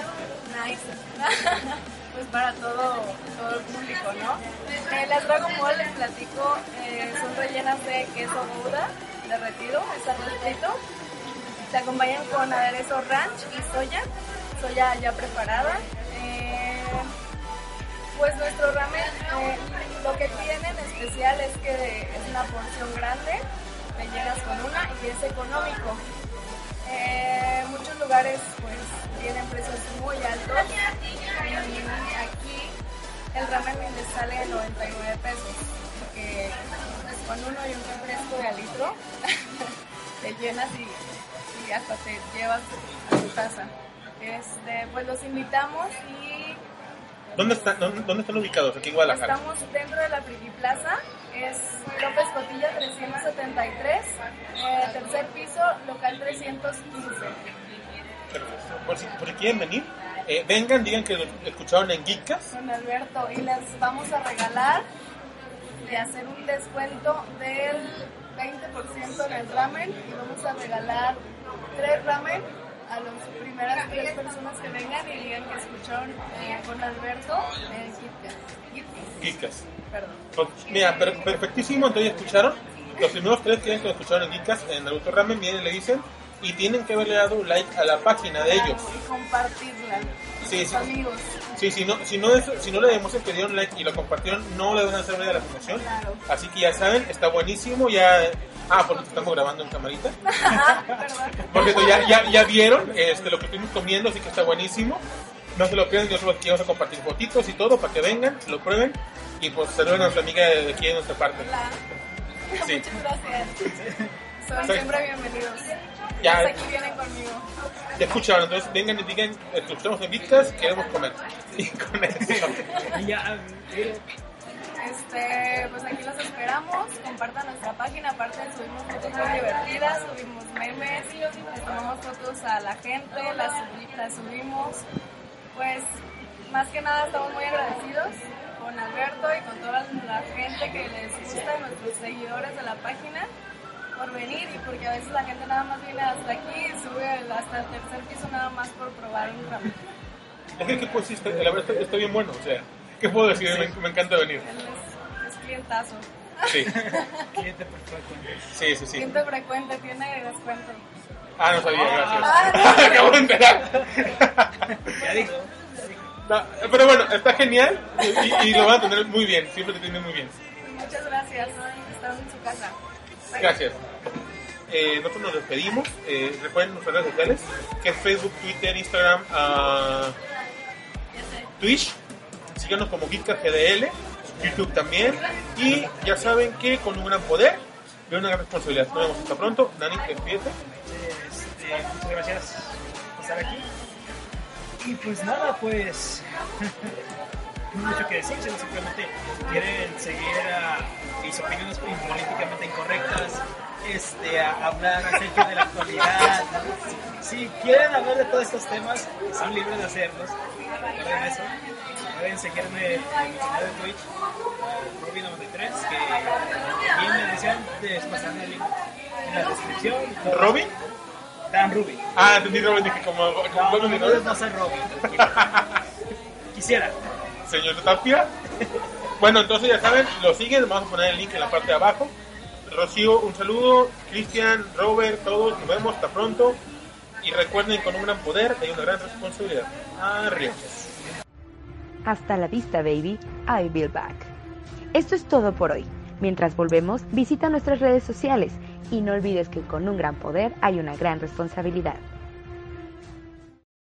Pues para todo el público, ¿no? Las Dragon Ball, les platico, son rellenas de queso Gouda derretido, está refrito. Se acompañan con aderezo ranch y soya ya preparada. Pues nuestro ramen, lo que tiene en especial es que es una porción grande, te llenas con una y es económico. Muchos lugares pues tienen precios muy altos y aquí el ramen les sale 99 pesos, porque pues, con uno y un refresco de al litro te llenas y hasta te llevas a tu casa. Pues los invitamos y... ¿Dónde están ubicados? Aquí en Guadalajara. Estamos dentro de la Friki Plaza, es López Cotilla 373, tercer piso, local 315. Por si quieren venir, vengan, digan que lo escucharon en Geekcast. Con Alberto, y les vamos a regalar y hacer un descuento del 20% en el ramen, y vamos a regalar 3 ramen a las primeras 3 personas que vengan y digan que escucharon con Alberto en Geekcast. Geekcast. Perdón. Pues, mira, perfectísimo, entonces ya escucharon. Los primeros 3 que escucharon en Geekcast, en Naruto Ramen, vienen y le dicen, y tienen que haberle dado like a la página de ellos. Y compartirla. Sí, Sus amigos. Sí, si no le demuestran que dieron like y lo compartieron, no le van a hacer ver a la promoción. Claro. Así que ya saben, está buenísimo, ya... porque estamos grabando en camarita. Porque ya vieron lo que estuvimos comiendo, así que está buenísimo. No se lo pierdan, nosotros aquí vamos a compartir fotitos y todo para que vengan, lo prueben y pues saluden a nuestra amiga de aquí de nuestra parte. Hola. Sí. Muchas gracias. Son siempre bienvenidos. Ya. Aquí vienen conmigo. Ya escucharon, entonces vengan y digan, escuchamos en Geekcast, queremos comer. Y con eso. Pues aquí los esperamos, compartan nuestra página, aparte subimos fotos muy divertidas, subimos memes, les tomamos fotos a la gente, las subimos, pues más que nada estamos muy agradecidos con Alberto y con toda la gente que les gusta, nuestros seguidores de la página, por venir y porque a veces la gente nada más viene hasta aquí y sube hasta el tercer piso nada más por probar un ramen. Es que pues sí, la verdad está bien bueno, o sea, ¿qué puedo decir? Sí. Me encanta venir. Es clientazo. Sí. Cliente frecuente. Sí. Cliente frecuente, tiene descuento. No sabía, gracias. Acabo de enterar. Ya digo. No, pero bueno, está genial y lo van a tener muy bien, siempre te tienen muy bien. Muchas gracias, están en su casa. Bye. Gracias. Nosotros nos despedimos. Recuerden nuestras redes sociales, que es Facebook, Twitter, Instagram, Twitch. Síganos como Geekcast GDL, YouTube también. Y ya saben que con un gran poder y una gran responsabilidad. Nos vemos hasta pronto. Dani, que empiece. Muchas gracias por estar aquí. Y pues nada, pues no hay mucho que decir, sino simplemente quieren seguir mis opiniones políticamente incorrectas, a hablar acerca de la actualidad. Si quieren hablar de todos estos temas, son libres de hacerlos. Recuerden eso. Pueden seguirme en mi canal de Twitch, Robin93, que aquí en la edición les pasarán el link en la descripción. ¿Robin? Dan Rubin. Entendí Robin, dije como... No soy Robin. Quisiera. Señor Tapia. Bueno, entonces ya saben, lo siguen, vamos a poner el link en la parte de abajo. Rocío, un saludo. Cristian, Robert, todos, nos vemos, hasta pronto. Y recuerden, con un gran poder hay una gran responsabilidad. Arriba. Hasta la vista, baby. I'll be back. Esto es todo por hoy. Mientras volvemos, visita nuestras redes sociales y no olvides que con un gran poder hay una gran responsabilidad.